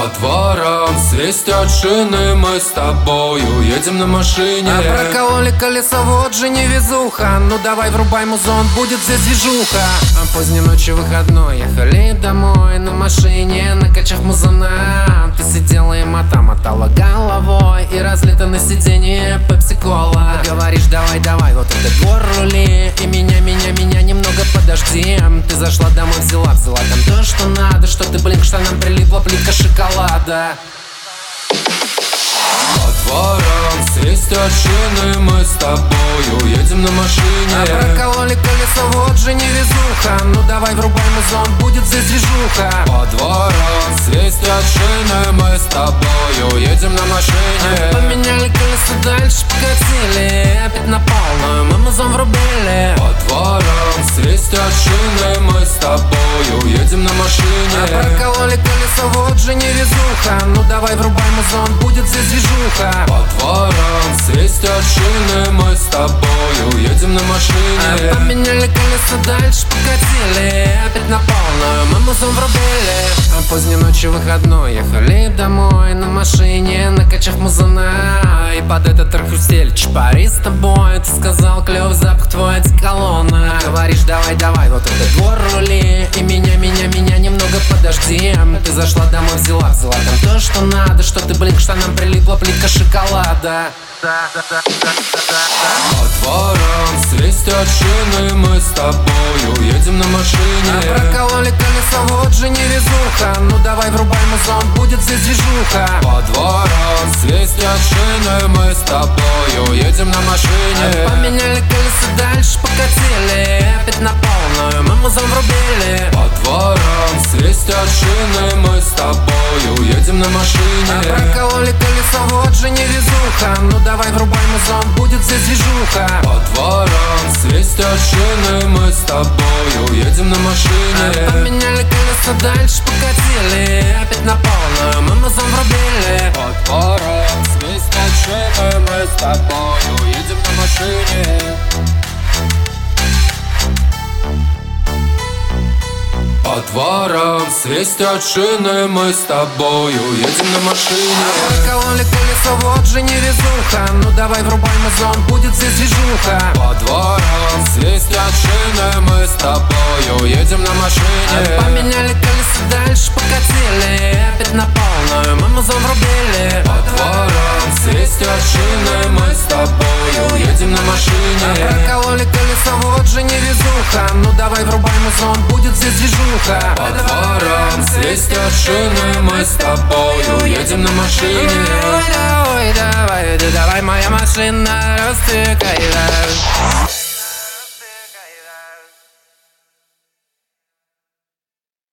По дворам свистят шины, мы с тобою едем на машине. Прокололи колесо, вот же невезуха. Ну давай врубай музон, будет здесь движуха. Поздней ночью выходной, ехали домой на машине, накачав музона. Ты сидела и мотала головой, и разлито на сиденье пепси-кола. Говоришь, давай, вот этот двор рули, и меня немного подожди. Ты зашла домой, взяла там то, что надо, что ты, к штанам прилипла плитка шоколада. По дворам свистят шины, мы с тобою едем на машине. Прокололи колесо, вот же невезуха. Ну давай врубай музон, будет здесь движуха. По дворам свистят шины, мы с тобою едем на машине. Поменяли колесо, дальше покатили, опять на полную мы музон врубили. По дворам свистят шины, мы с тобою едем на машине. Прокололи колесо, вот же невезуха. Ну давай врубай музон, будет здесь движуха. По дворам свистят шины, мы с тобою едем на машине. Поменяли колесо, дальше покатили, опять на полную мы музон врубили. Поздней ночью выходной, ехали домой на машине, накачав музона. И под этот трек хрустели чпари с тобой. Ты сказал, клёв запах твой одеколона. Говоришь, давай, вот этот двор рули, и меня немного подожди. Ты зашла домой, взяла там то, что надо, что ты, к штанам прилипла плитка шоколада. По дворам свистят шины, мы с тобою едем на машине. Прокололи колесо, вот же невезуха. Ну давай врубай музон, будет здесь движуха. По дворам свистят шины, мы с тобою едем на машине. Поменяли колесо, дальше покатили, опять на полную мы музон врубили. По дворам свистят шины, мы с тобою едем на машине. Прокололи колесо, вот же невезуха. Ну давай врубай музон, будет здесь движуха. По дворам свистят шины, мы с тобою едем на машине. Поменяли колесо, дальше покатили, опять на полную мы музон врубили. По дворам свистят шины, мы с тобою едем на машине. По дворам свистят шины, мы с тобою едем на машине. Прокололи колесо, вот же невезуха. Ну давай врубай музон, будет здесь движуха. По дворам свистят шины, мы с тобою едем на машине. Поменяли колесо, дальше покатили, опять на полную мы музон врубили. По дворам свистят шины, мы с тобою едем на машине. Прокололи колесо, вот же невезуха. Ну давай врубай музон, будет здесь движуха. По дворам свистят шины, мы с тобою едем на машине. Давай, моя машина, растыкай.